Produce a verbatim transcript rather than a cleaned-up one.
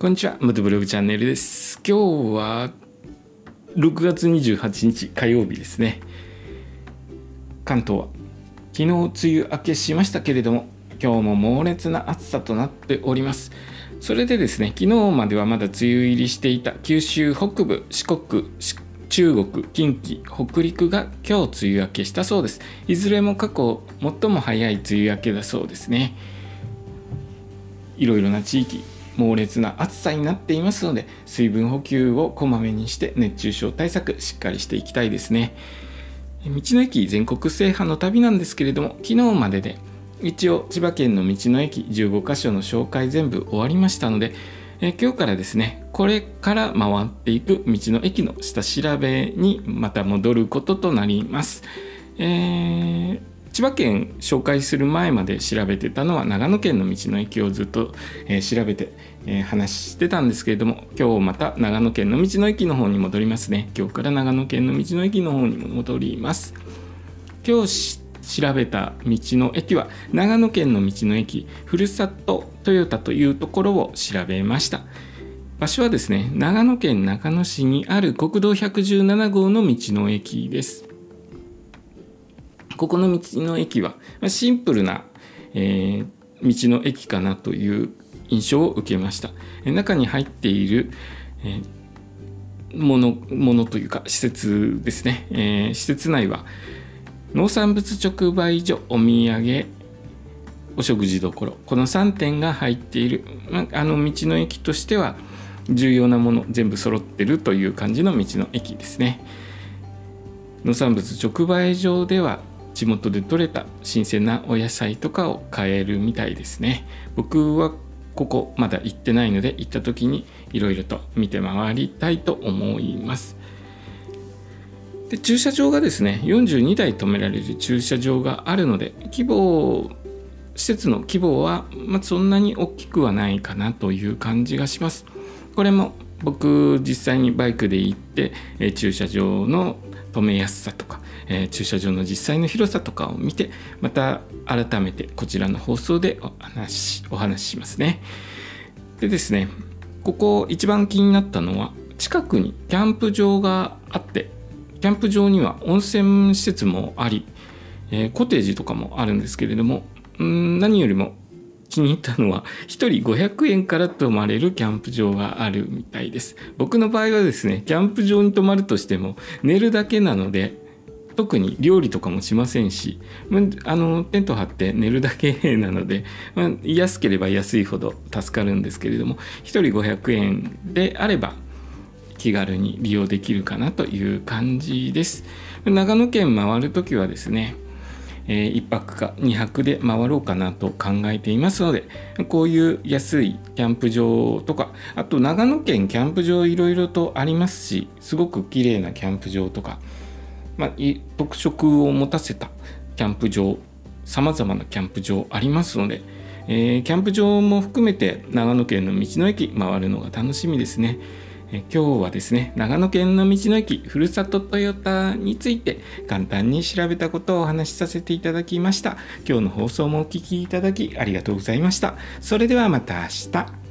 こんにちは、ムトブログチャンネルです。今日はろくがつにじゅうはちにち火曜日ですね。関東は昨日梅雨明けしましたけれども、今日も猛烈な暑さとなっております。それでですね、昨日まではまだ梅雨入りしていた九州北部、四国、中国、近畿、北陸が今日梅雨明けしたそうです。いずれも過去最も早い梅雨明けだそうですね。いろいろな地域、猛烈な暑さになっていますので、水分補給をこまめにして熱中症対策しっかりしていきたいですね。道の駅全国制覇の旅なんですけれども、昨日までで一応千葉県の道の駅じゅうごかしょの紹介全部終わりましたので、え今日からですね、これから回っていく道の駅の下調べにまた戻ることとなります。えー千葉県紹介する前まで調べてたのは長野県の道の駅をずっと、えー、調べて、えー、話してたんですけれども、今日また長野県の道の駅の方に戻りますね。今日から長野県の道の駅の方にも戻ります。今日調べた道の駅は長野県の道の駅ふるさとトヨタというところを調べました。場所はですね、長野県長野市にある国道ひゃくじゅうななごうの道の駅です。ここの道の駅はシンプルな、えー、道の駅かなという印象を受けました。中に入っている、えー、もの、ものというか施設ですね、えー、施設内は農産物直売所、お土産、お食事処、このさんてんが入っている、あの道の駅としては重要なもの全部揃ってるという感じの道の駅ですね。農産物直売所では地元で採れた新鮮なお野菜とかを買えるみたいですね。僕はここまだ行ってないので、行った時にいろいろと見て回りたいと思います。で、駐車場がですね、よんじゅうにだい止められる駐車場があるので、規模施設の規模は、まあ、そんなに大きくはないかなという感じがします。これも僕実際にバイクで行って、えー、駐車場の止めやすさとか、えー、駐車場の実際の広さとかを見て、また改めてこちらの放送でお話お話ししますね。でですね、ここ一番気になったのは、近くにキャンプ場があって、キャンプ場には温泉施設もあり、えー、コテージとかもあるんですけれども、うーん何よりも気に入ったのはひとりごひゃくえんから泊まれるキャンプ場があるみたいです。僕の場合はですね、キャンプ場に泊まるとしても寝るだけなので、特に料理とかもしませんし、あのテント張って寝るだけなので、まあ、安ければ安いほど助かるんですけれども、ひとりごひゃくえんであれば気軽に利用できるかなという感じです。長野県回るときはですね、えー、いっぱくかにはくで回ろうかなと考えていますので、こういう安いキャンプ場とか、あと長野県キャンプ場いろいろとありますし、すごく綺麗なキャンプ場とか、まあ、特色を持たせたキャンプ場、さまざまなキャンプ場ありますので、えー、キャンプ場も含めて長野県の道の駅回るのが楽しみですね。今日はですね、長野県の道の駅ふるさとトヨタについて簡単に調べたことをお話しさせていただきました。今日の放送もお聞きいただきありがとうございました。それではまた明日。